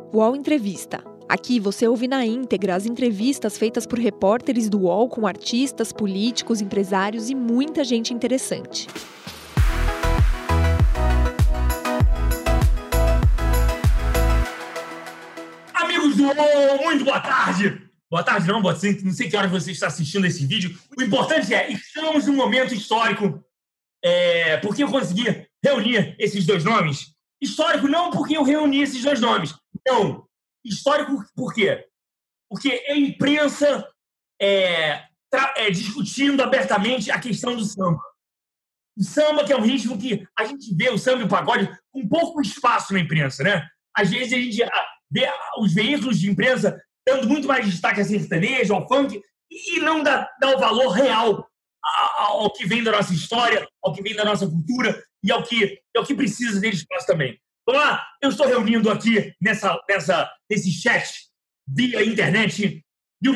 UOL Entrevista. Aqui você ouve na íntegra as entrevistas feitas por repórteres do UOL com artistas, políticos, empresários e muita gente interessante. Amigos do UOL, muito boa tarde! Boa tarde não, não sei que hora você está assistindo esse vídeo. O importante é, estamos num momento histórico, porque eu consegui reunir esses dois nomes. Histórico não porque eu reuni esses dois nomes, não. Histórico por quê? Porque a imprensa discutindo abertamente a questão do samba. O samba, que é um ritmo que a gente vê o samba e o pagode com pouco espaço na imprensa, né? Às vezes a gente vê os veículos de imprensa dando muito mais destaque a sertanejo, ao funk, e não dá o valor real ao que vem da nossa história, ao que vem da nossa cultura e ao que precisa dele espaço também. Então, eu estou reunindo aqui nesse chat via internet, de um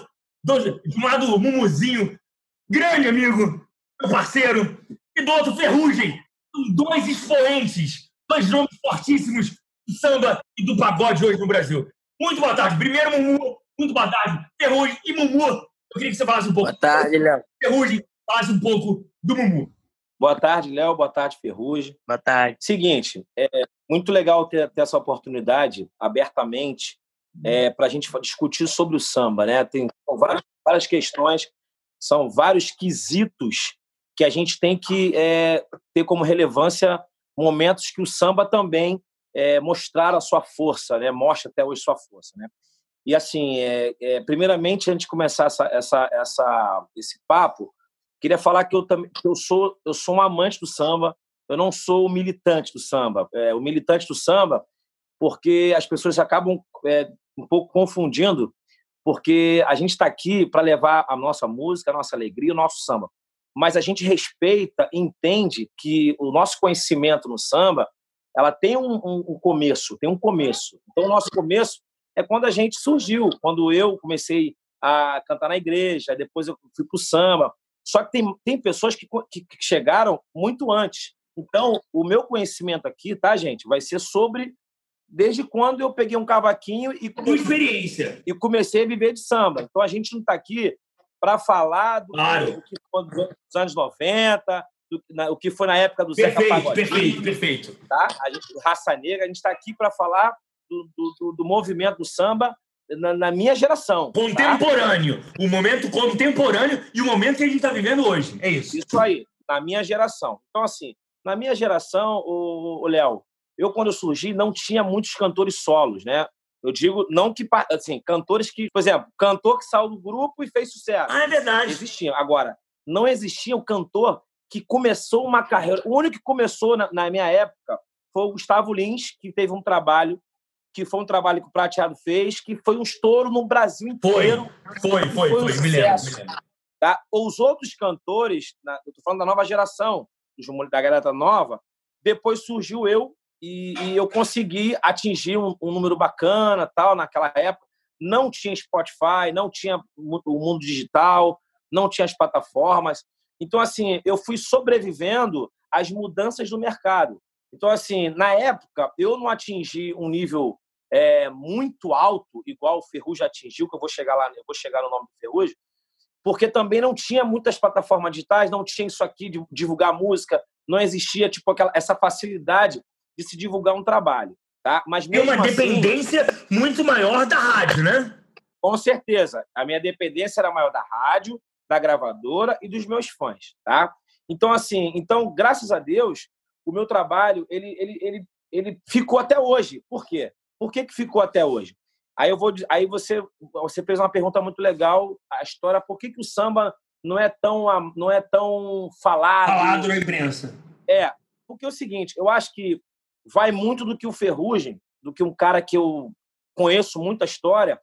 lado Mumuzinho, grande amigo, meu parceiro, e do outro Ferrugem, dois expoentes, dois nomes fortíssimos do samba e do pagode hoje no Brasil. Muito boa tarde. Primeiro, Mumu, muito boa tarde. Ferrugem e Mumu, eu queria que você falasse um pouco. Boa tarde, Léo. Ferrugem, falasse um pouco do Mumu. Boa tarde, Léo. Boa tarde, Ferrugem. Boa tarde. Seguinte, muito legal ter essa oportunidade abertamente para a gente discutir sobre o samba, né? Tem várias questões, são vários quesitos que a gente tem que ter como relevância momentos que o samba também mostrar a sua força, né? Mostra até hoje sua força, né? E assim, primeiramente, antes de começar esse papo, queria falar que eu sou um amante do samba, eu não sou o militante do samba. O militante do samba, porque as pessoas acabam um pouco confundindo, porque a gente está aqui para levar a nossa música, a nossa alegria, o nosso samba. Mas a gente respeita, entende que o nosso conhecimento no samba, ela tem um começo, tem um começo. Então, o nosso começo é quando a gente surgiu, quando eu comecei a cantar na igreja, depois eu fui para o samba. Só que tem pessoas que chegaram muito antes. Então, o meu conhecimento aqui, tá, gente, vai ser sobre desde quando eu peguei um cavaquinho e comecei a viver de samba. Então, a gente não está aqui para falar do que foi dos anos 90, o que foi na época do Zeca Pagodinho. Perfeito. Tá? Raça Negra, a gente está aqui para falar do movimento do samba na minha geração. Contemporâneo. Tá? O momento contemporâneo e o momento que a gente está vivendo hoje. É isso. Isso aí, na minha geração. Então, assim, na minha geração, Léo, quando eu surgi, não tinha muitos cantores solos, né? Eu digo, não que... Assim, cantores que... Por exemplo, cantor que saiu do grupo e fez sucesso. É verdade. Existia. Agora, não existia o cantor que começou uma carreira... O único que começou na minha época foi o Gustavo Lins, que teve um trabalho que foi um trabalho que o Prateado fez, que foi um estouro no Brasil inteiro. Foi, me lembro. Tá? Os outros cantores, eu estou falando da nova geração, da galera nova, depois surgiu eu, e eu consegui atingir um número bacana, tal, naquela época. Não tinha Spotify, não tinha o mundo digital, não tinha as plataformas. Então, assim, eu fui sobrevivendo às mudanças do mercado. Então, assim, na época, eu não atingi um nível muito alto, igual o Ferrugem atingiu, que eu vou chegar no nome do Ferrugem, porque também não tinha muitas plataformas digitais, não tinha isso aqui de divulgar música, não existia essa facilidade de se divulgar um trabalho. Tá? Mas tem uma dependência muito maior da rádio, né? Com certeza. A minha dependência era maior da rádio, da gravadora e dos meus fãs. Tá? Então, assim, graças a Deus, o meu trabalho ele ficou até hoje. Por quê? Por que ficou até hoje? Aí você fez uma pergunta muito legal, a história, por que o samba não é tão falado na imprensa? Porque é o seguinte, eu acho que vai muito do que o Ferrugem, do que um cara que eu conheço muita história,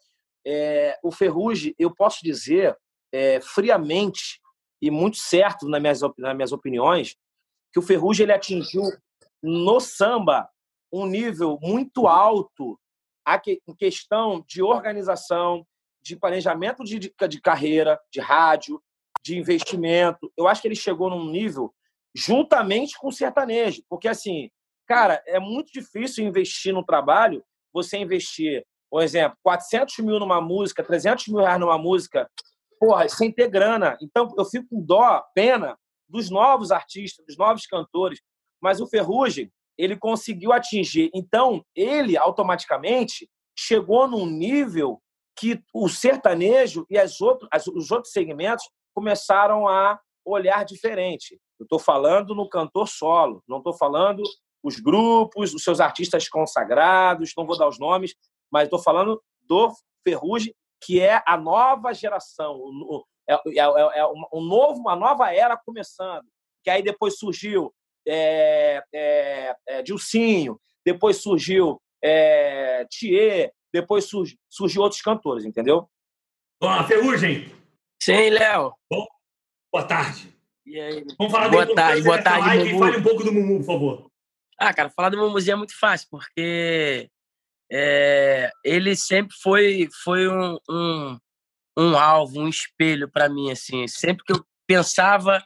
o Ferrugem, eu posso dizer friamente e muito certo nas minhas opiniões, que o Ferrugem ele atingiu no samba um nível muito alto em questão de organização, de planejamento de carreira, de rádio, de investimento. Eu acho que ele chegou num nível juntamente com o sertanejo. Porque, assim, cara, é muito difícil investir no trabalho você investir, por exemplo, 400 mil numa música, 300 mil reais numa música, porra, sem ter grana. Então, eu fico com dó, pena dos novos artistas, dos novos cantores. Mas o Ferrugem, ele conseguiu atingir. Então, ele, automaticamente, chegou num nível que o sertanejo e os outros segmentos começaram a olhar diferente. Eu estou falando no cantor solo, não estou falando os grupos, os seus artistas consagrados, não vou dar os nomes, mas estou falando do Ferrugem, que é a nova geração, uma nova era começando. Que aí depois surgiu Dilcinho, depois surgiu Thier, depois surgiu outros cantores, entendeu? Ó, Ferrugem. Sim, Léo. Boa tarde. E aí? Vamos falar Boa tarde, live e fale um pouco do Mumu, por favor. Cara, falar do Mumuzinho é muito fácil, porque ele sempre foi um alvo, um espelho para mim, assim. Sempre que eu pensava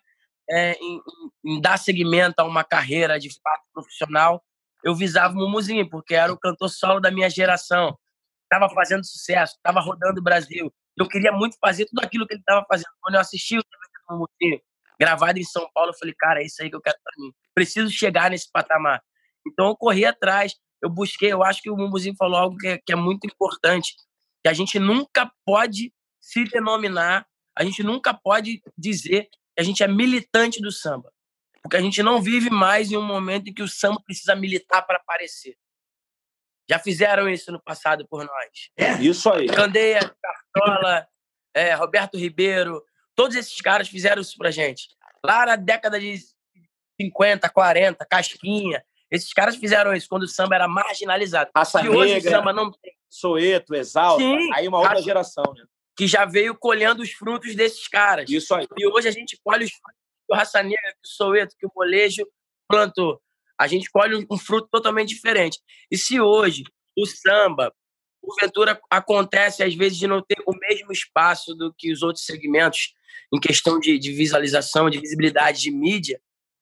em dar seguimento a uma carreira de fato profissional, eu visava o Mumuzinho, porque era o cantor solo da minha geração. Estava fazendo sucesso, estava rodando o Brasil. Eu queria muito fazer tudo aquilo que ele estava fazendo. Quando eu assisti o Mumuzinho gravado em São Paulo, eu falei, cara, é isso aí que eu quero para mim. Preciso chegar nesse patamar. Então, eu corri atrás, eu busquei. Eu acho que o Mumuzinho falou algo que é muito importante, que a gente nunca pode se denominar, a gente nunca pode dizer que a gente é militante do samba, porque a gente não vive mais em um momento em que o samba precisa militar para aparecer. Já fizeram isso no passado por nós. Isso aí. Candeia, Cartola, Roberto Ribeiro, todos esses caras fizeram isso pra gente. Lá na década de 50, 40, Casquinha, esses caras fizeram isso quando o samba era marginalizado. Raça Se hoje Negra, o samba não tem. Soeto, Exalta, Sim, aí uma outra geração, né? Que já veio colhendo os frutos desses caras. Isso aí. E hoje a gente colhe os frutos do Raça Negra, que o Soeto, que o Molejo plantou. A gente colhe um fruto totalmente diferente. E se hoje o samba, porventura, acontece às vezes de não ter o mesmo espaço do que os outros segmentos em questão de visualização, de visibilidade, de mídia,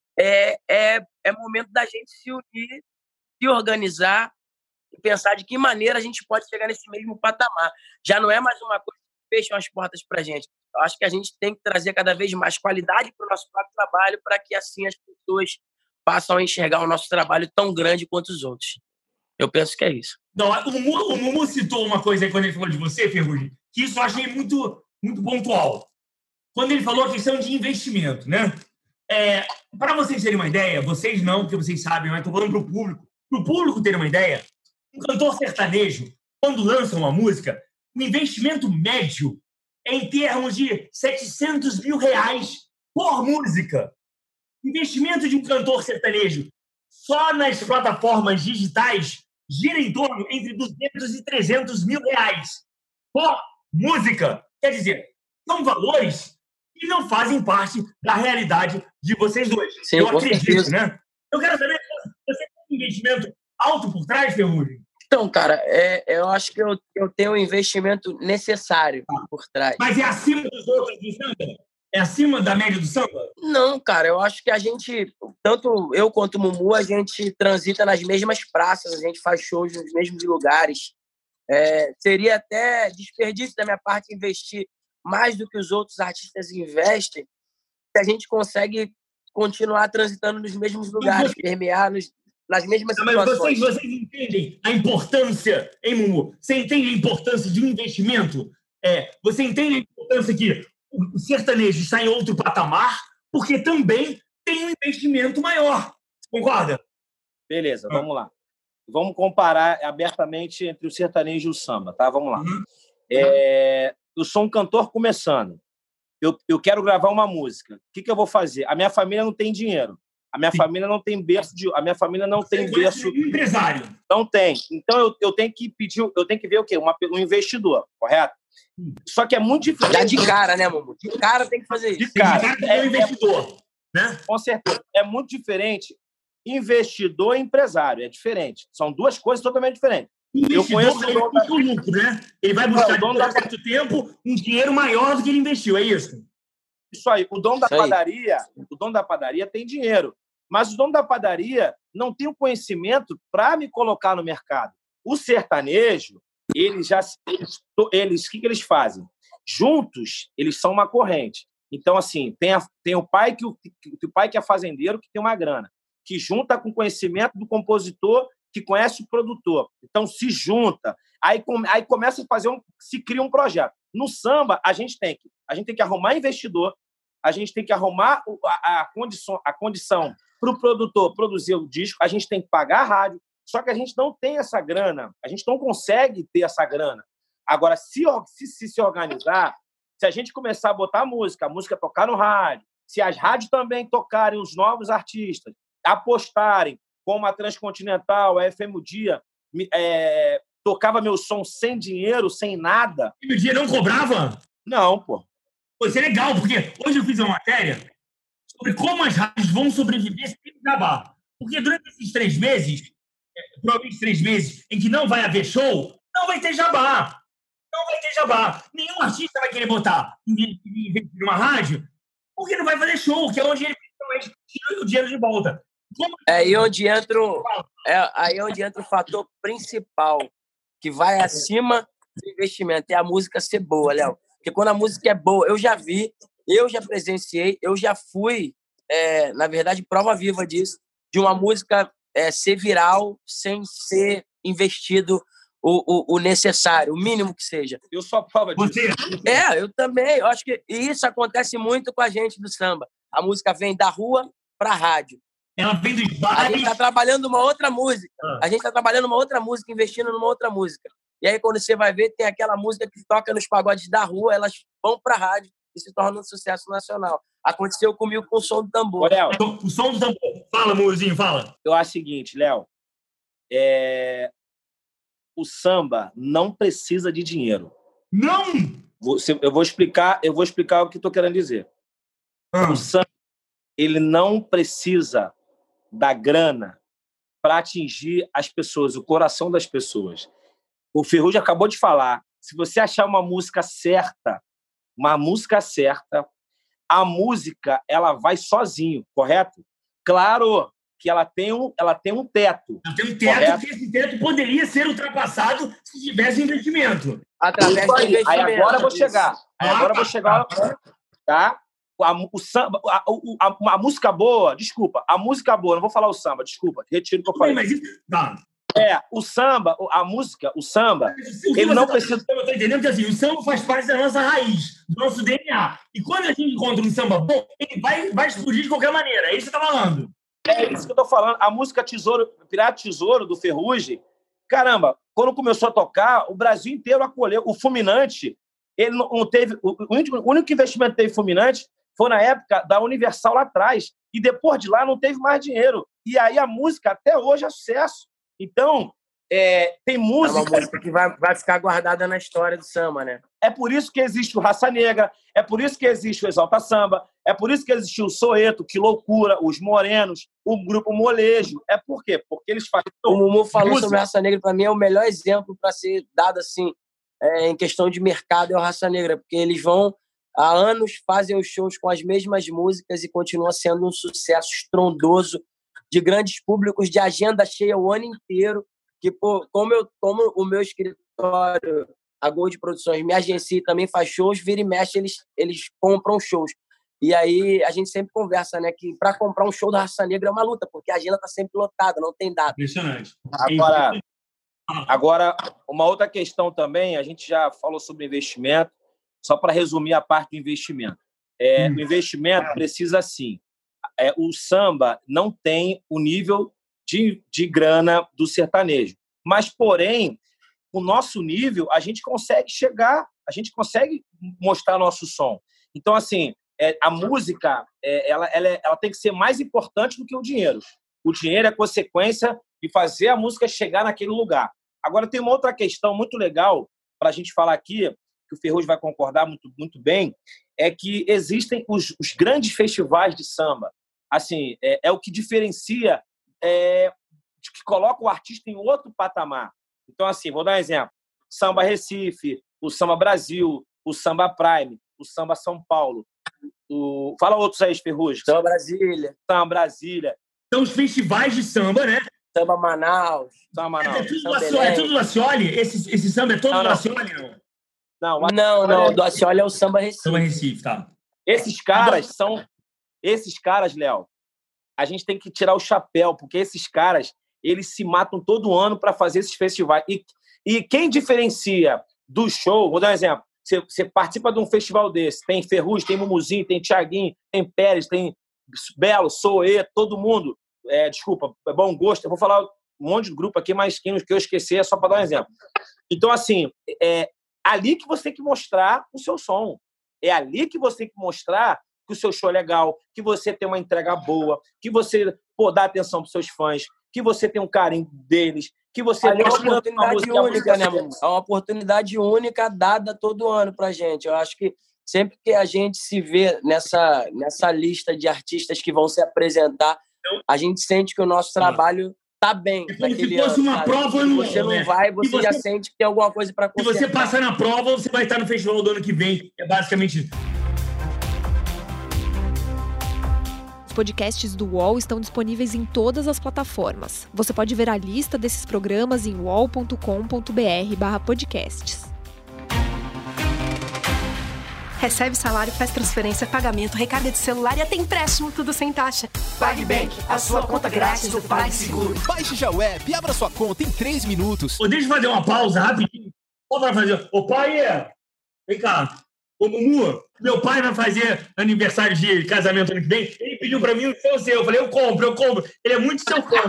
é momento da gente se unir, se organizar e pensar de que maneira a gente pode chegar nesse mesmo patamar. Já não é mais uma coisa que fecha as portas para a gente. Eu acho que a gente tem que trazer cada vez mais qualidade para o nosso próprio trabalho, para que assim as pessoas passam a enxergar o nosso trabalho tão grande quanto os outros. Eu penso que é isso. Não, o Mumu citou uma coisa aí quando ele falou de você, Ferrugem, que isso eu achei muito, muito pontual. Quando ele falou a questão de investimento, né? Para vocês terem uma ideia, vocês não, porque vocês sabem, mas estou falando para o público ter uma ideia, um cantor sertanejo, quando lança uma música, o investimento médio é em termos de 700 mil reais por música. O investimento de um cantor sertanejo só nas plataformas digitais gira em torno entre 200 e 300 mil reais por música. Quer dizer, são valores que não fazem parte da realidade de vocês dois. Sim, eu acredito, né? Eu quero saber se você tem um investimento alto por trás, Ferrugem? Então, cara, eu acho que eu tenho um investimento necessário por trás. Mas é acima dos outros do samba? É acima da média do samba? Não, cara, eu acho que a gente, tanto eu quanto o Mumu, a gente transita nas mesmas praças, a gente faz shows nos mesmos lugares. Seria até desperdício da minha parte investir mais do que os outros artistas investem, se a gente consegue continuar transitando nos mesmos lugares, permear nas mesmas situações. Mas vocês entendem a importância, hein, Mumu? Você entende a importância de um investimento? Você entende a importância que o sertanejo está em outro patamar, porque também tem um investimento maior. Concorda? Beleza, vamos lá. Vamos comparar abertamente entre o sertanejo e o samba, tá? Vamos lá. Eu sou um cantor começando. Eu quero gravar uma música. O que eu vou fazer? A minha família não tem dinheiro. A minha família não tem berço de... A minha família não tem berço... Empresário. Não tem. Então, eu tenho que pedir... Eu tenho que ver o quê? Um investidor, correto? Só que é muito diferente... Já de cara, né, Mumu? De cara tem que fazer isso. De cara. Um investidor, né? Com certeza. É muito diferente. Investidor e empresário. É diferente. São duas coisas totalmente diferentes. Eu conheço o lucro, né? Ele vai buscar depois de certo tempo um dinheiro maior do que ele investiu, é isso? Isso aí. O dono da padaria tem dinheiro. Mas o dono da padaria não tem o conhecimento para me colocar no mercado. O sertanejo, o que eles fazem? Juntos, eles são uma corrente. Então, assim, tem o pai que é fazendeiro, que tem uma grana, que junta com o conhecimento do compositor, que conhece o produtor. Então, se junta. Aí começa a se cria um projeto. No samba, a gente tem que arrumar investidor, a gente tem que arrumar a condição para o produtor produzir o disco, a gente tem que pagar a rádio, só que a gente não tem essa grana, a gente não consegue ter essa grana. Agora, se organizar, se a gente começar a botar a música tocar no rádio, se as rádios também tocarem os novos artistas, apostarem, como a Transcontinental, a FM O Dia, tocava meu som sem dinheiro, sem nada. E o Dia não cobrava? Não, pô. Isso é legal, porque hoje eu fiz uma matéria sobre como as rádios vão sobreviver sem jabá. Porque durante esses 3 meses, provavelmente 3 meses, em que não vai haver show, não vai ter jabá. Não vai ter jabá. Nenhum artista vai querer botar em uma rádio, porque não vai fazer show, que é onde ele tira o dinheiro de volta. É aí onde entra o fator principal, que vai acima do investimento, é a música ser boa, Léo. Porque quando a música é boa, eu já vi, eu já presenciei, eu já fui, na verdade, prova viva disso, de uma música ser viral sem ser investido o necessário, o mínimo que seja. Eu sou a prova disso. Eu também. Eu acho que isso acontece muito com a gente do samba. A música vem da rua para a rádio. Ela vem dos bares. A gente está trabalhando uma outra música. A gente está trabalhando uma outra música, investindo numa outra música. E aí, quando você vai ver, tem aquela música que toca nos pagodes da rua, elas vão para a rádio e se tornam um sucesso nacional. Aconteceu comigo com o Som do Tambor. Léo, o Som do Tambor. Fala, Murzinho, fala. Eu acho o seguinte, Léo. O samba não precisa de dinheiro. Não! Eu vou explicar o que estou querendo dizer. O samba, ele não precisa da grana para atingir as pessoas, o coração das pessoas. O Ferrugem acabou de falar, se você achar uma música certa, a música ela vai sozinho, correto? Claro que ela tem um teto. Ela tem um teto, correto? Que esse teto poderia ser ultrapassado se tivesse investimento. Através do investimento. Aí agora eu vou chegar. Tá? O samba, a música boa, não vou falar o samba, desculpa, retiro o que eu falei. Mas isso... O samba, ele não precisa... Eu estou entendendo que assim, o samba faz parte da nossa raiz, do nosso DNA. E quando a gente encontra um samba bom, ele vai explodir de qualquer maneira. É isso que você está falando. É isso que eu estou falando. A música Pirata Tesouro, do Ferrugem, caramba, quando começou a tocar, o Brasil inteiro acolheu. O Fulminante, ele não teve... O único investimento que teve Fulminante foi na época da Universal lá atrás. E depois de lá não teve mais dinheiro. E aí a música até hoje é sucesso. Então, tem música... É uma música que vai ficar guardada na história do samba, né? É por isso que existe o Raça Negra, é por isso que existe o Exalta Samba, é por isso que existe o Soeto, Que Loucura, os Morenos, o Grupo Molejo. É por quê? Porque eles fazem... O Mumu falou sobre o Raça Negra, para mim é o melhor exemplo para ser dado assim, em questão de mercado, é o Raça Negra, porque eles vão, há anos, fazem os shows com as mesmas músicas e continua sendo um sucesso estrondoso, de grandes públicos, de agenda cheia o ano inteiro, que como o meu escritório, a Gold Produções, me agencia e também faz shows, vira e mexe, eles compram shows. E aí a gente sempre conversa, né, que para comprar um show da Raça Negra é uma luta, porque a agenda está sempre lotada, não tem data. Impressionante. Agora, uma outra questão também, a gente já falou sobre investimento, só para resumir a parte do investimento. O investimento precisa, sim. O samba não tem o nível de grana do sertanejo. Mas, porém, o nosso nível, a gente consegue chegar, a gente consegue mostrar nosso som. Então, assim, a música ela tem que ser mais importante do que o dinheiro. O dinheiro é consequência de fazer a música chegar naquele lugar. Agora, tem uma outra questão muito legal para a gente falar aqui, que o Ferrugem vai concordar muito, muito bem, é que existem os grandes festivais de samba. Assim, é o que diferencia, que coloca o artista em outro patamar. Então, assim, vou dar um exemplo. Samba Recife, o Samba Brasil, o Samba Prime, o Samba São Paulo. Fala outros aí, Ferrugem. Samba Brasília. São os festivais de samba, né? Samba Manaus. Samba Manaus. É tudo do Acioli? Esse samba é todo do Acioli, não? Não. Do Acioli é o Samba Recife. Samba Recife, tá. Esses caras, Léo, a gente tem que tirar o chapéu, porque esses caras, eles se matam todo ano para fazer esses festivais. E quem diferencia do show, vou dar um exemplo, você participa de um festival desse, tem Ferrugem, tem Mumuzinho, tem Thiaguinho, tem Pérez, tem Belo, Soê, todo mundo, desculpa, Bom Gosto, eu vou falar um monte de grupo aqui, mas que eu esqueci é só para dar um exemplo. Então, assim, é ali que você tem que mostrar o seu som. É ali que você tem que mostrar que o seu show é legal, que você tem uma entrega boa, que você dá atenção para os seus fãs, que você tem um carinho deles, que você... É uma oportunidade única, né, mano? É uma oportunidade única dada todo ano pra gente. Eu acho que sempre que a gente se vê nessa lista de artistas que vão se apresentar, a gente sente que o nosso trabalho tá bem naquele ano. Se fosse uma prova anual, você não vai, você já sente que tem alguma coisa para consertar. Se você passar na prova, você vai estar no festival do ano que vem. É basicamente isso. Os podcasts do UOL estão disponíveis em todas as plataformas. Você pode ver a lista desses programas em uol.com.br/podcasts. Recebe salário, faz transferência, pagamento, recarga de celular e até empréstimo, tudo sem taxa. PagBank, a sua conta grátis do PagSeguro. Baixe já o app e abra sua conta em 3 minutos. Deixa eu fazer uma pausa rapidinho. Qual vai fazer? Ô pai, vem cá. Ô Mumu, meu pai vai fazer aniversário de casamento ano que vem. Ele pediu pra mim um show seu. Eu falei, eu compro. Ele é muito seu fã.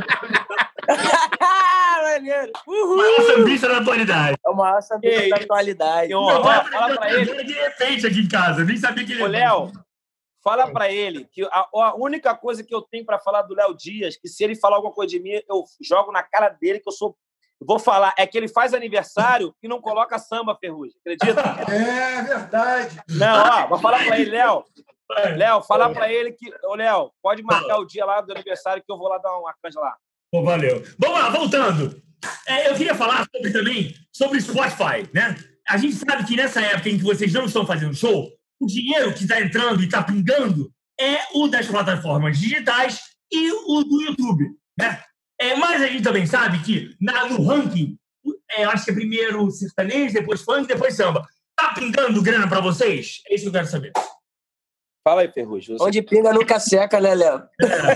Maneiro. O maior sambista da atualidade. É o maior sambista da atualidade. Meu pai fala pra ele. De repente aqui em casa. Eu nem sabia que ele... Ô, Léo, fala pra ele que a única coisa que eu tenho pra falar do Léo Dias, que se ele falar alguma coisa de mim, eu jogo na cara dele que eu sou... Vou falar, é que ele faz aniversário e não coloca samba, Ferrugem. Acredita? É verdade. Não, vou falar pra ele, Léo. Léo, fala pra ele que... Ô, Léo, pode marcar o dia lá do aniversário que eu vou lá dar uma canja lá. Pô, valeu. Vamos lá, voltando. Eu queria falar também sobre Spotify, né? A gente sabe que nessa época em que vocês não estão fazendo show, o dinheiro que está entrando e está pingando é o das plataformas digitais e o do YouTube, né? Mas a gente também sabe que no ranking, acho que é primeiro sertanejo, depois funk, depois samba. Tá pingando grana para vocês? É isso que eu quero saber. Fala aí, Ferrugem. Onde pinga nunca seca, né, Léo?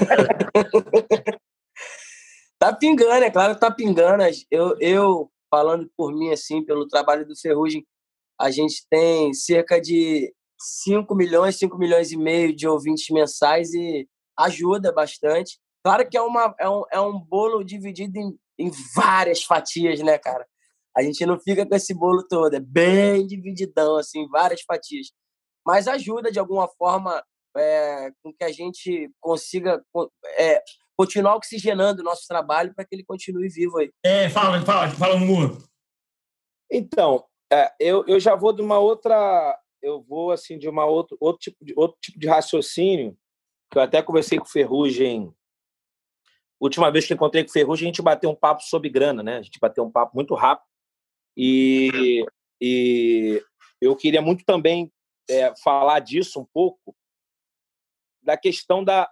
Tá pingando, é claro que tá pingando. Eu, falando por mim, assim, pelo trabalho do Ferrugem, a gente tem cerca de 5 milhões e meio de ouvintes mensais e ajuda bastante. Claro que é um bolo dividido em várias fatias, né, cara? A gente não fica com esse bolo todo, é bem divididão, assim, várias fatias. Mas ajuda, de alguma forma, com que a gente consiga... continuar oxigenando o nosso trabalho para que ele continue vivo aí. Fala, Mumu. Então, eu já vou de uma outra... Eu vou, assim, de outro tipo de raciocínio, que eu até conversei com o Ferrugem. Última vez que encontrei com o Ferrugem, a gente bateu um papo sobre grana, né? A gente bateu um papo muito rápido. E eu queria muito também falar disso um pouco, da questão da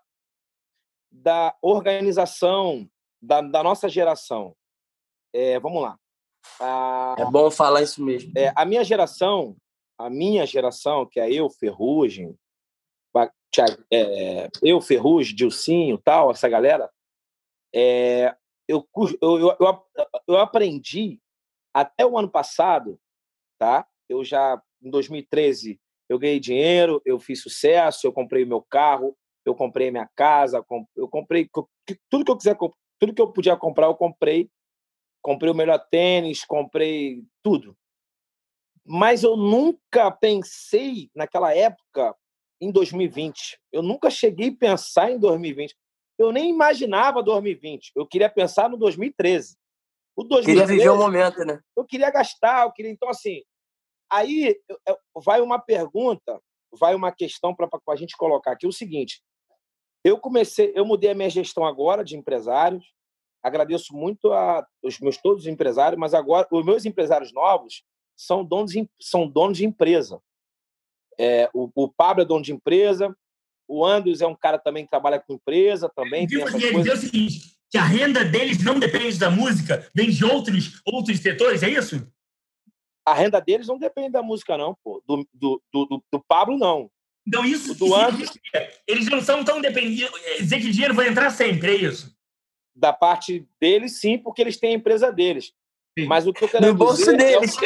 organização da nossa geração. Vamos lá. É bom falar isso mesmo. A minha geração, que é eu, Ferrugem, Dilcinho, tal, essa galera, eu aprendi até o ano passado, tá? Em 2013, eu ganhei dinheiro, eu fiz sucesso, eu comprei meu carro, eu comprei minha casa, eu comprei tudo que eu quiser, tudo que eu podia comprar, eu comprei. Comprei o melhor tênis, comprei tudo. Mas eu nunca pensei, naquela época, em 2020. Eu nunca cheguei a pensar em 2020. Eu nem imaginava 2020. Eu queria pensar no 2013. O 2013, queria viver o momento, né? Eu queria gastar, Então, assim, aí vai uma pergunta, vai uma questão para a gente colocar aqui. O seguinte, eu mudei a minha gestão agora de empresários, agradeço muito todos os empresários, mas agora os meus empresários novos são donos de empresa. O Pablo é dono de empresa, o Andres é um cara também que trabalha com empresa, também tem essas coisas. É o seguinte, que a renda deles não depende da música, vem de outros setores, é isso? A renda deles não depende da música, não, pô. Do Pablo, não. Então, isso do Anderson, eles não são tão dependentes. Dizer que dinheiro vai entrar sempre, é isso? Da parte deles, sim, porque eles têm a empresa deles. Sim. Mas o que eu quero dizer... No bolso deles.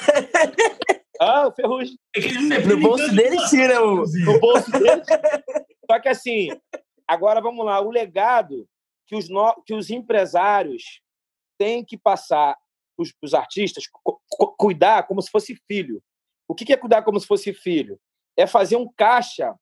O Ferrugem. No bolso deles, sim, né? No bolso deles. Só que, assim, agora vamos lá. O legado que os empresários têm que passar para os artistas, cuidar como se fosse filho. O que é cuidar como se fosse filho? É fazer um caixa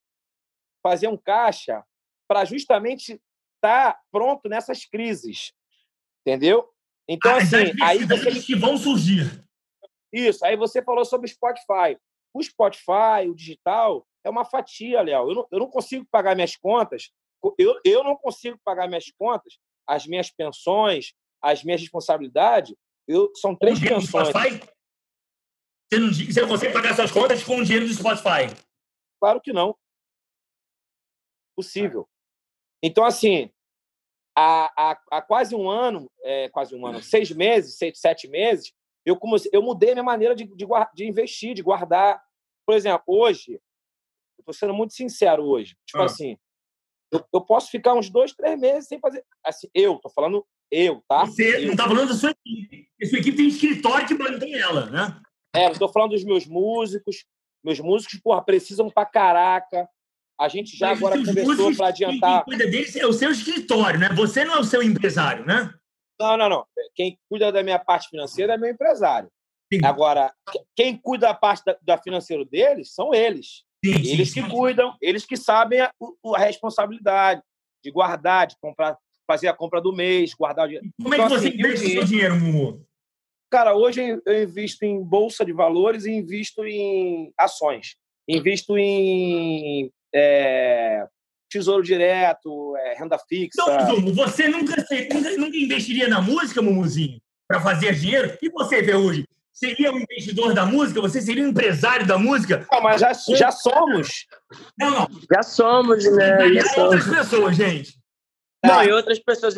para justamente estar pronto nessas crises, entendeu? Então, assim, aí você... que vão surgir. Isso, aí você falou sobre o Spotify. O Spotify, o digital, é uma fatia, Léo. Eu não consigo pagar minhas contas, eu não consigo pagar minhas contas, as minhas pensões, as minhas responsabilidades, são 3 pensões. Você não consegue pagar suas contas com o dinheiro do Spotify? Claro que não. Possível. Então, assim, há quase um ano, 6 meses, 7 meses, eu mudei a minha maneira de investir, de guardar. Por exemplo, hoje, eu estou sendo muito sincero hoje, tipo assim, eu posso ficar uns 2, 3 meses sem fazer... Assim, estou falando tá? Você não está falando da sua equipe. A sua equipe tem escritório que mantém ela, né? Eu estou falando dos meus músicos. Meus músicos, precisam pra caraca. A gente já agora conversou para adiantar. Quem cuida deles é o seu escritório, né? Você não é o seu empresário, né? Não. Quem cuida da minha parte financeira é meu empresário. Sim. Agora, quem cuida da parte da financeira deles são eles. Sim, eles que cuidam, eles que sabem a responsabilidade de guardar, de comprar, fazer a compra do mês, guardar o dinheiro. Como é que você investe o seu dinheiro, Mumu? Cara, hoje eu invisto em bolsa de valores e invisto em ações. Invisto em tesouro direto, renda fixa. Então, você nunca investiria na música, Mumuzinho, para fazer dinheiro? E você, Ferrugem? Seria um investidor da música? Você seria um empresário da música? Não, mas já somos. Não. Já somos, né? E outras pessoas, gente. Não, e outras pessoas.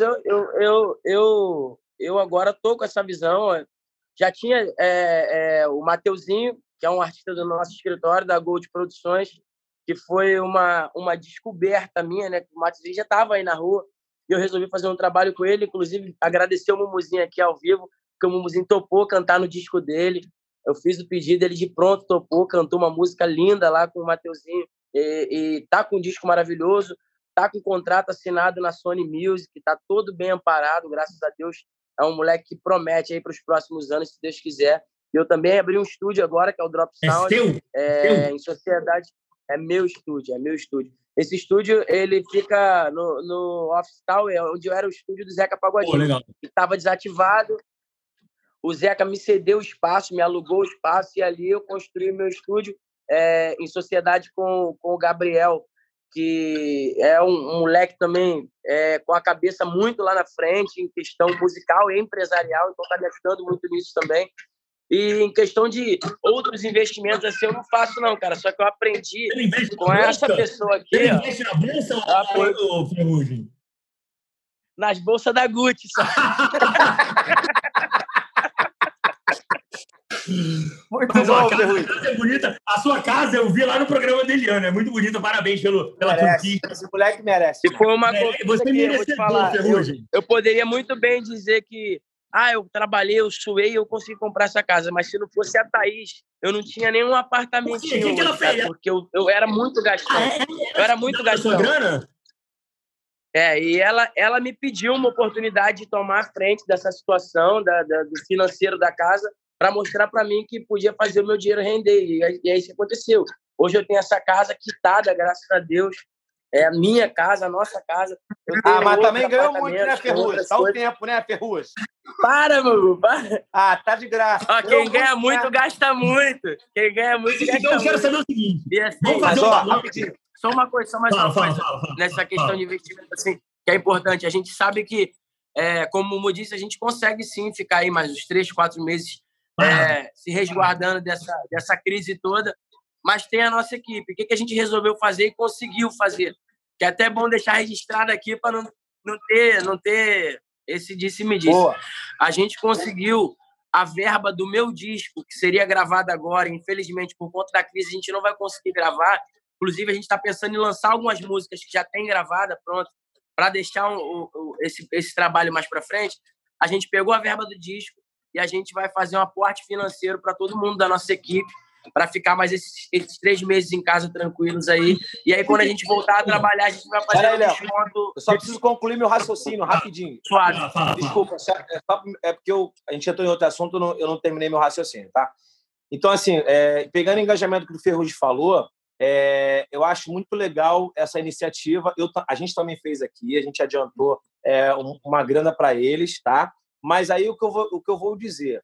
Eu agora estou com essa visão. Já tinha o Mateuzinho, que é um artista do nosso escritório, da Gold Produções, que foi uma descoberta minha, né? O Mateuzinho já estava aí na rua e eu resolvi fazer um trabalho com ele, inclusive agradecer o Mumuzinho aqui ao vivo, porque o Mumuzinho topou cantar no disco dele. Eu fiz o pedido, ele de pronto topou, cantou uma música linda lá com o Mateuzinho e tá com um disco maravilhoso, tá com um contrato assinado na Sony Music, tá todo bem amparado, graças a Deus. É um moleque que promete aí para os próximos anos, se Deus quiser. Eu também abri um estúdio agora, que é o Drop Sound. Em sociedade. É meu estúdio. Esse estúdio, ele fica no Office Tower, onde era o estúdio do Zeca Pagodinho. Que estava desativado. O Zeca me cedeu o espaço, me alugou o espaço, e ali eu construí meu estúdio em sociedade com o Gabriel, que é um moleque também com a cabeça muito lá na frente em questão musical e empresarial, então está me ajudando muito nisso também. E em questão de outros investimentos, assim, eu não faço não, cara, só que eu aprendi com essa pessoa aqui. Você investe na bolsa ou Ferrugem? Nas bolsas da Gucci, só. Muito bom, a casa é bonita. A sua casa eu vi lá no programa da Eliana. É muito bonita. Parabéns pela conquista. Esse moleque merece. E foi uma coisa você que eu vou te falar. Ferrugem. Eu poderia muito bem dizer que eu trabalhei, eu suei e eu consegui comprar essa casa. Mas se não fosse a Thaís, eu não tinha nenhum apartamentinho. O que ela fez? Porque eu era muito gastão. Eu era muito gastão. Grana? E ela me pediu uma oportunidade de tomar a frente dessa situação do financeiro da casa, para mostrar para mim que podia fazer o meu dinheiro render. E aí isso aconteceu. Hoje eu tenho essa casa quitada, graças a Deus. É a minha casa, a nossa casa. Mas também ganhou muito, né, Ferrugem? Dá o tempo, né, Ferrugem? Para, meu. Para. Tá de graça. Quem ganha muito, gasta muito. Quem ganha muito, gasta muito. Então eu quero saber o seguinte. Vamos fazer rapidinho. Só mais uma coisa. Nessa questão de investimento, assim, que é importante. A gente sabe que, como o Mumu disse, a gente consegue sim ficar aí mais uns 3, 4 meses se resguardando dessa crise toda, mas tem a nossa equipe. O que a gente resolveu fazer e conseguiu fazer? Que é até bom deixar registrado aqui para não ter esse disse-me-disse. A gente conseguiu a verba do meu disco, que seria gravado agora. Infelizmente, por conta da crise, a gente não vai conseguir gravar. Inclusive, a gente está pensando em lançar algumas músicas que já tem gravada, pronto, para deixar esse trabalho mais para frente. A gente pegou a verba do disco e a gente vai fazer um aporte financeiro para todo mundo da nossa equipe, para ficar mais esses 3 meses em casa tranquilos aí. E aí, quando a gente voltar a trabalhar, a gente vai fazer um desconto. Eu só preciso concluir meu raciocínio rapidinho. Suave. Desculpa, é porque a gente entrou em outro assunto, eu não terminei meu raciocínio, tá? Então, assim, pegando o engajamento que o Ferrugem falou, eu acho muito legal essa iniciativa. A gente também fez aqui, a gente adiantou uma grana para eles, tá? Mas aí o que eu vou dizer,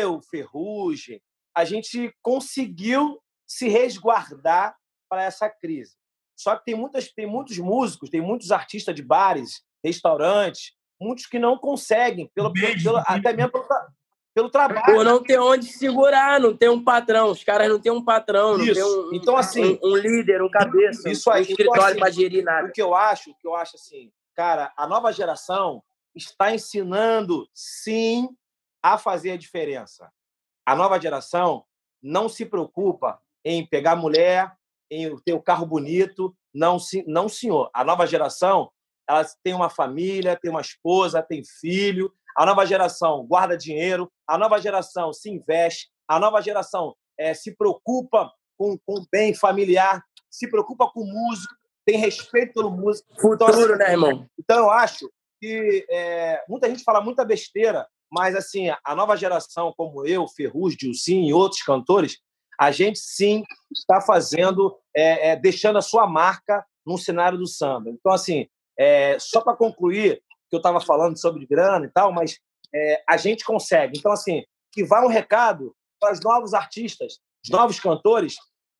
Ferrugem, a gente conseguiu se resguardar para essa crise. Só que tem muitos músicos, tem muitos artistas de bares, restaurantes, muitos que não conseguem, até mesmo pelo trabalho. Ou não tem onde segurar, não tem um patrão. Os caras não têm um patrão, não tem então, assim, um líder, um cabeça, isso aí, um escritório então, assim, para gerir nada. O que eu acho assim, cara, a nova geração está ensinando, sim, a fazer a diferença. A nova geração não se preocupa em pegar mulher, em ter o carro bonito. Não, senhor. A nova geração, ela tem uma família, tem uma esposa, tem filho. A nova geração guarda dinheiro. A nova geração se investe. A nova geração se preocupa com o bem familiar, se preocupa com o músico, tem respeito pelo músico. Futuro, né, irmão? Então, eu acho que muita gente fala muita besteira, mas, assim, a nova geração, como eu, Ferrugem, Dilcinho e outros cantores, a gente, sim, está fazendo, deixando a sua marca no cenário do samba. Então, assim, só para concluir, que eu estava falando sobre grana e tal, mas a gente consegue. Então, assim, que vá um recado para os novos artistas, os novos cantores.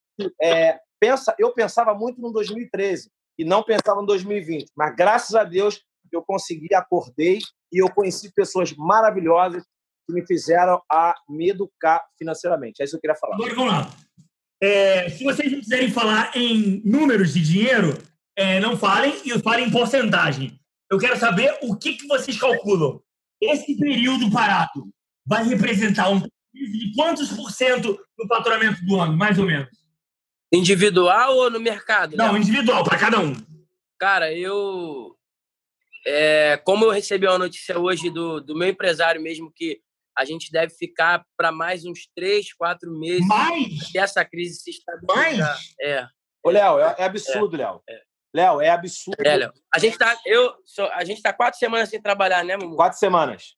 Eu pensava muito no 2013 e não pensava no 2020, mas, graças a Deus, eu consegui, acordei e eu conheci pessoas maravilhosas que me fizeram a me educar financeiramente. É isso que eu queria falar. Agora, vamos lá. Se vocês não quiserem falar em números de dinheiro, não falem e falem em porcentagem. Eu quero saber o que vocês calculam. Esse período parado vai representar um prejuízo de quantos por cento no faturamento do ano, mais ou menos? Individual ou no mercado? Não, individual, para cada um. Cara, como eu recebi uma notícia hoje do meu empresário mesmo, que a gente deve ficar para mais uns 3, 4 meses. Mais? Até essa crise se estabilizar. Mais? Ô, Léo, é absurdo, Léo. Léo, é absurdo. Léo. A gente tá 4 semanas sem trabalhar, né, Mumu? 4 semanas.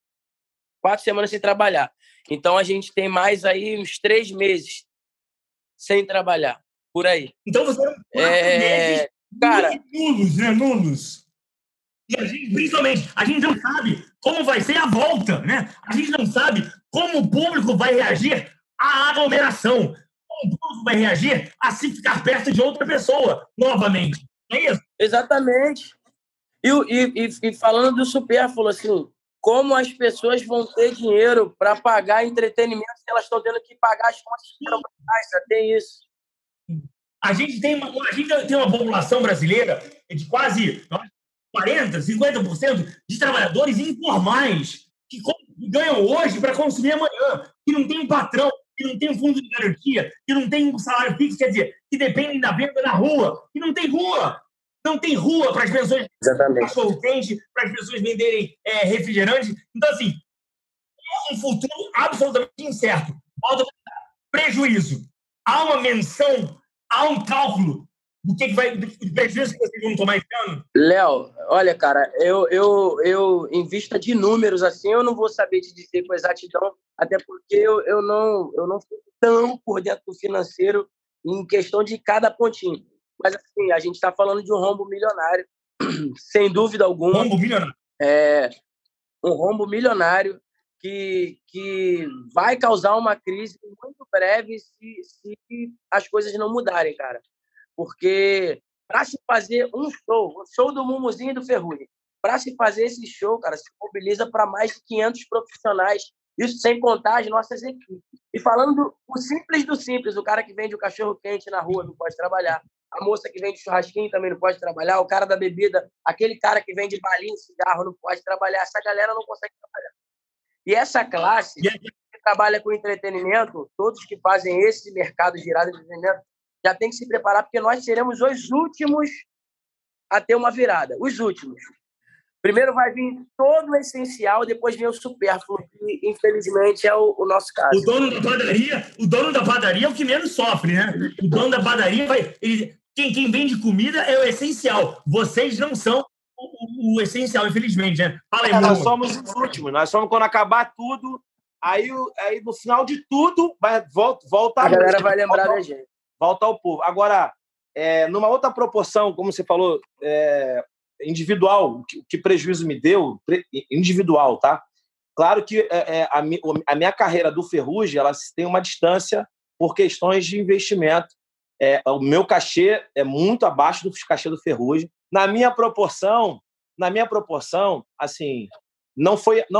4 semanas sem trabalhar. Então, a gente tem mais aí uns 3 meses sem trabalhar, por aí. Então, você 4 meses cara, nulos, né? Nulos. E a gente, principalmente, a gente não sabe como vai ser a volta, né? A gente não sabe como o público vai reagir à aglomeração. Como o público vai reagir a se ficar perto de outra pessoa, novamente. Não é isso? Exatamente. E falando do supérfluo, assim, como as pessoas vão ter dinheiro para pagar entretenimento se elas estão tendo que pagar as contas de trabalho? Tem isso. A gente tem uma população brasileira de quase 40%, 50% de trabalhadores informais que ganham hoje para consumir amanhã, que não tem um patrão, que não tem um fundo de garantia, que não tem um salário fixo, quer dizer, que dependem da venda na rua, que não tem rua. Não tem rua para as pessoas cachorro-quente, para as pessoas venderem refrigerante. Então, assim, é um futuro absolutamente incerto. Falta prejuízo. Há uma menção, há um cálculo do que vai, do prejuízo que vocês vão tomar esse ano? Léo, olha, cara, eu em vista de números, assim, eu não vou saber te dizer com exatidão, até porque eu não fico tão por dentro do financeiro em questão de cada pontinho. Mas, assim, a gente está falando de um rombo milionário, sem dúvida alguma. Rombo milionário? Um rombo milionário que vai causar uma crise muito breve se as coisas não mudarem, cara. Porque para se fazer um show, o show do Mumuzinho e do Ferrugem, para se fazer esse show, cara, se mobiliza para mais de 500 profissionais, isso sem contar as nossas equipes. E falando do simples do simples, o cara que vende o cachorro-quente na rua não pode trabalhar. a moça que vende churrasquinho também não pode trabalhar, o cara da bebida, aquele cara que vende balinha, cigarro, não pode trabalhar. Essa galera não consegue trabalhar. E essa classe que trabalha com entretenimento, todos que fazem esse mercado girado de entretenimento, já tem que se preparar, porque nós seremos os últimos a ter uma virada. Os últimos. Primeiro vai vir todo o essencial, depois vem o supérfluo, que infelizmente é o nosso caso. O dono da padaria é o que menos sofre, né? O dono da padaria quem vende comida é o essencial. Vocês não são o essencial, infelizmente, né? Fala aí, nós somos os últimos. Nós somos quando acabar tudo, aí no final de tudo volta a galera vai lembrar da gente. Volta ao povo. Agora, numa outra proporção, como você falou, individual, que prejuízo me deu, individual, tá? Claro que a minha carreira do Ferrugem, ela tem uma distância por questões de investimento. O meu cachê é muito abaixo do cachê do Ferrugem. Na minha proporção, assim, não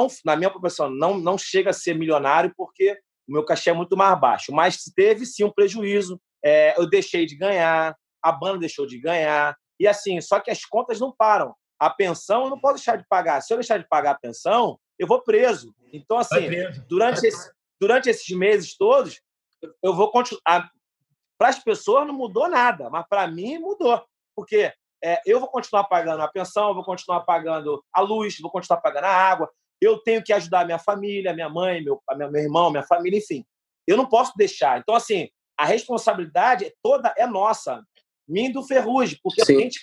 chega a ser milionário porque o meu cachê é muito mais baixo, mas teve sim um prejuízo. Eu deixei de ganhar, a banda deixou de ganhar. E assim, só que as contas não param. A pensão eu não posso deixar de pagar. Se eu deixar de pagar a pensão, eu vou preso. Então, assim, durante esses meses todos, eu vou continuar. Para as pessoas não mudou nada, mas para mim mudou. Porque eu vou continuar pagando a pensão, eu vou continuar pagando a luz, vou continuar pagando a água. Eu tenho que ajudar a minha família, minha mãe, meu irmão, minha família, enfim. Eu não posso deixar. Então, assim, a responsabilidade toda é nossa. Mim do Ferrugem, porque a gente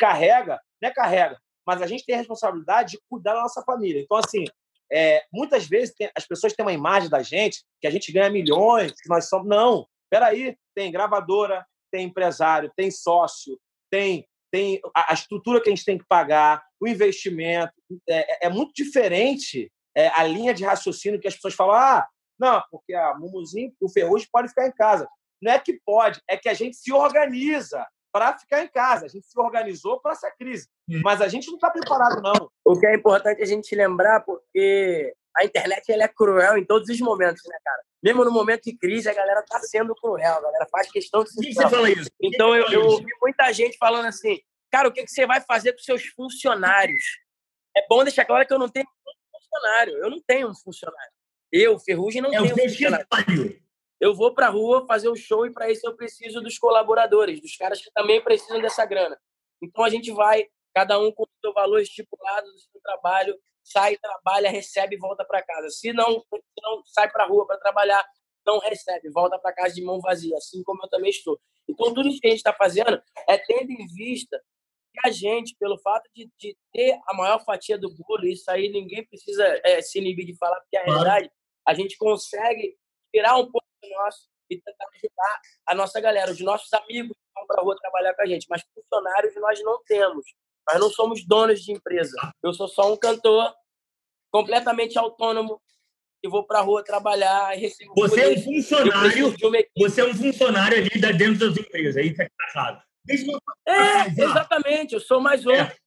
mas a gente tem a responsabilidade de cuidar da nossa família. Então, assim, muitas vezes as pessoas têm uma imagem da gente que a gente ganha milhões, que nós somos... Não, peraí, tem gravadora, tem empresário, tem sócio, tem a estrutura que a gente tem que pagar, o investimento. É muito diferente a linha de raciocínio que as pessoas falam, não, porque a Mumuzinho, o Ferrugem pode ficar em casa. Não é que pode, é que a gente se organiza para ficar em casa. A gente se organizou para essa crise. Mas a gente não está preparado, não. O que é importante a gente lembrar, porque a internet ela é cruel em todos os momentos, né, cara? Mesmo no momento de crise, a galera está sendo cruel. A galera faz questão de ser cruel. Você fala isso? Então, eu ouvi muita gente falando assim, cara, o que você vai fazer com seus funcionários? É bom deixar claro que eu não tenho um funcionário. Eu não tenho um funcionário. Eu, Ferrugem, não tenho um funcionário. Eu vou para a rua fazer o show e, para isso, eu preciso dos colaboradores, dos caras que também precisam dessa grana. Então, a gente vai, cada um com o seu valor estipulado do seu trabalho, sai, trabalha, recebe e volta para casa. Se não sai para a rua para trabalhar, não recebe, volta para casa de mão vazia, assim como eu também estou. Então, tudo isso que a gente está fazendo é tendo em vista que a gente, pelo fato de ter a maior fatia do bolo, isso aí ninguém precisa se inibir de falar, porque a realidade, a gente consegue tirar um pouco do nosso e tentar ajudar a nossa galera, os nossos amigos que vão para a rua trabalhar com a gente, mas funcionários nós não temos. Nós não somos donos de empresa. Eu sou só um cantor completamente autônomo que vou para a rua trabalhar e recebo... Você é um funcionário ali dentro da sua empresa, aí tá engraçado. Exatamente, eu sou mais um.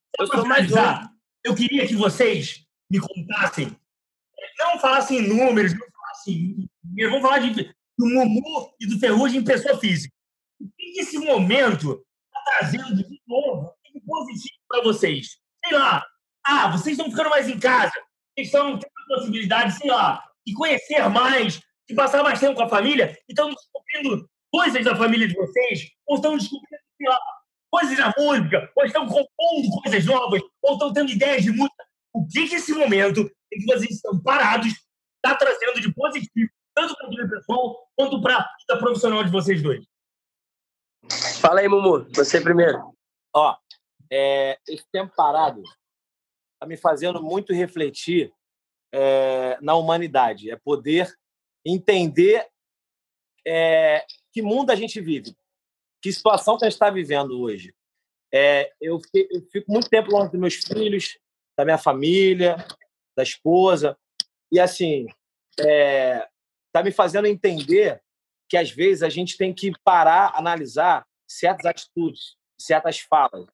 Eu queria que vocês me contassem, não falassem em números, não falassem... Vamos falar do Mumu e do Ferrugem em pessoa física. O que esse momento está trazendo de novo, de positivo para vocês? Sei lá, vocês estão ficando mais em casa, vocês estão tendo a possibilidade, sei lá, de conhecer mais, de passar mais tempo com a família, e estão descobrindo coisas da família de vocês, ou estão descobrindo, sei lá, coisas da música, ou estão compondo coisas novas, ou estão tendo ideias de música. O que esse momento em que vocês estão parados está trazendo de positivo, tanto para a vida pessoal quanto para a vida profissional de vocês dois? Fala aí, Mumu. Você primeiro. Esse tempo parado está me fazendo muito refletir na humanidade. É poder entender que mundo a gente vive, que situação que a gente está vivendo hoje. Eu fico muito tempo longe dos meus filhos, da minha família, da esposa, e assim... está me fazendo entender que, às vezes, a gente tem que parar, analisar certas atitudes, certas falas.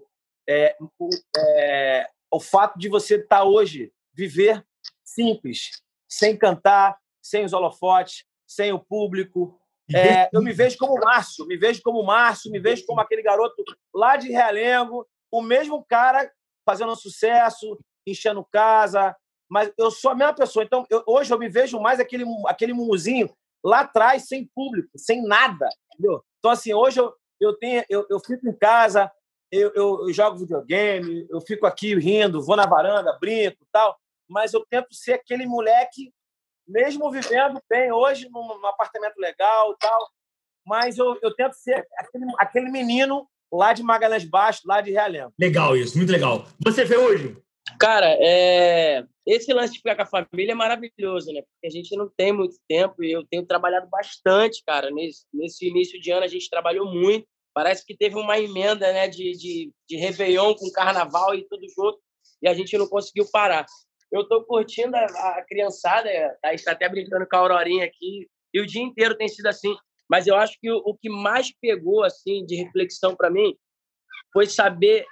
O fato de você estar hoje, viver simples, sem cantar, sem os holofotes, sem o público, Eu me vejo como Márcio, me vejo como aquele garoto lá de Realengo, o mesmo cara fazendo sucesso, enchendo casa, mas eu sou a mesma pessoa. Então, hoje eu me vejo mais aquele mumuzinho lá atrás, sem público, sem nada, entendeu? Então, assim, hoje eu fico em casa, eu jogo videogame, eu fico aqui rindo, vou na varanda, brinco e tal, mas eu tento ser aquele moleque, mesmo vivendo bem hoje num apartamento legal e tal, mas eu tento ser aquele menino lá de Magalhães Baixo, lá de Realengo. Legal isso, muito legal. Você fez hoje? Cara, esse lance de ficar com a família é maravilhoso, né? Porque a gente não tem muito tempo e eu tenho trabalhado bastante, cara. Nesse início de ano a gente trabalhou muito. Parece que teve uma emenda, né, de Réveillon com Carnaval e tudo junto e a gente não conseguiu parar. Eu tô curtindo a criançada, a gente tá até brincando com a Aurorinha aqui, e o dia inteiro tem sido assim. Mas eu acho que o que mais pegou, assim, de reflexão para mim foi saber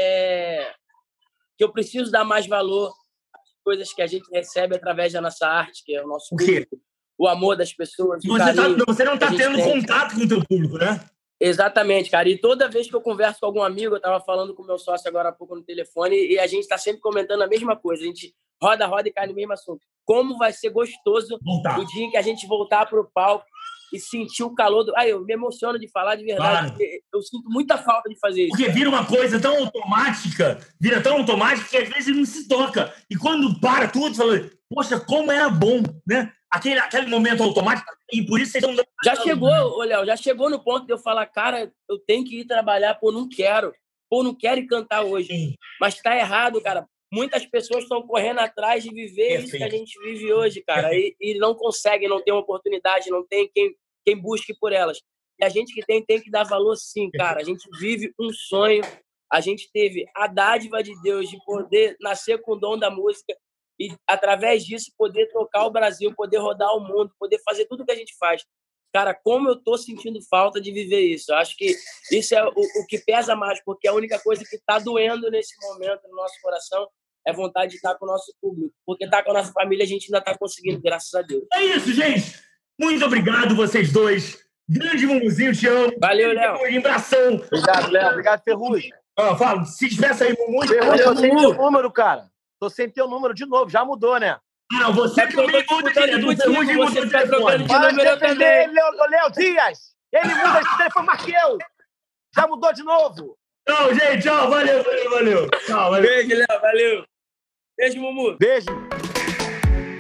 que eu preciso dar mais valor às coisas que a gente recebe através da nossa arte, que é o nosso público, o amor das pessoas. Você não está tendo contato com o teu público, né? Exatamente, cara. E toda vez que eu converso com algum amigo, eu estava falando com o meu sócio agora há pouco no telefone, e a gente está sempre comentando a mesma coisa. A gente roda e cai no mesmo assunto. Como vai ser gostoso o dia em que a gente voltar para o palco e sentir o calor do... eu me emociono de falar de verdade. Claro. Eu sinto muita falta de fazer isso. Porque vira uma coisa tão automática, que às vezes não se toca. E quando para tudo, fala, poxa, como era bom, né? Aquele momento automático, e por isso vocês estão... Léo, já chegou no ponto de eu falar, cara, eu tenho que ir trabalhar, não quero ir cantar hoje. Sim. Mas tá errado, cara. Muitas pessoas estão correndo atrás de viver isso que a gente vive hoje, cara, e não conseguem, não tem uma oportunidade, não tem quem busque por elas. E a gente que tem que dar valor sim, cara. A gente vive um sonho, a gente teve a dádiva de Deus de poder nascer com o dom da música e, através disso, poder tocar o Brasil, poder rodar o mundo, poder fazer tudo que a gente faz. Cara, como eu tô sentindo falta de viver isso. Eu acho que isso é o que pesa mais, porque a única coisa que tá doendo nesse momento no nosso coração é vontade de estar com o nosso público. Porque estar com a nossa família a gente ainda tá conseguindo, graças a Deus. É isso, gente! Muito obrigado, vocês dois. Grande Mumuzinho, te amo. Valeu, Léo. Abração. Obrigado, Léo. Obrigado, Ferrugem. Fala, se despeça aí, Mumu. Ferrugem, tô sem teu número, cara. Tô sem teu número de novo. Já mudou, né? Não, você também muda de Ferrugem mudou de telefone. Para de defender Léo Dias. Ele muda esse telefone mais que eu. Já mudou de novo. Tchau, gente. Tchau. Valeu. Tchau, valeu. Beijo, Léo. Valeu. Beijo, Mumu. Beijo.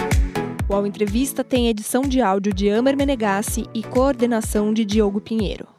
O Entrevista tem edição de áudio de Amer Menegassi e coordenação de Diogo Pinheiro.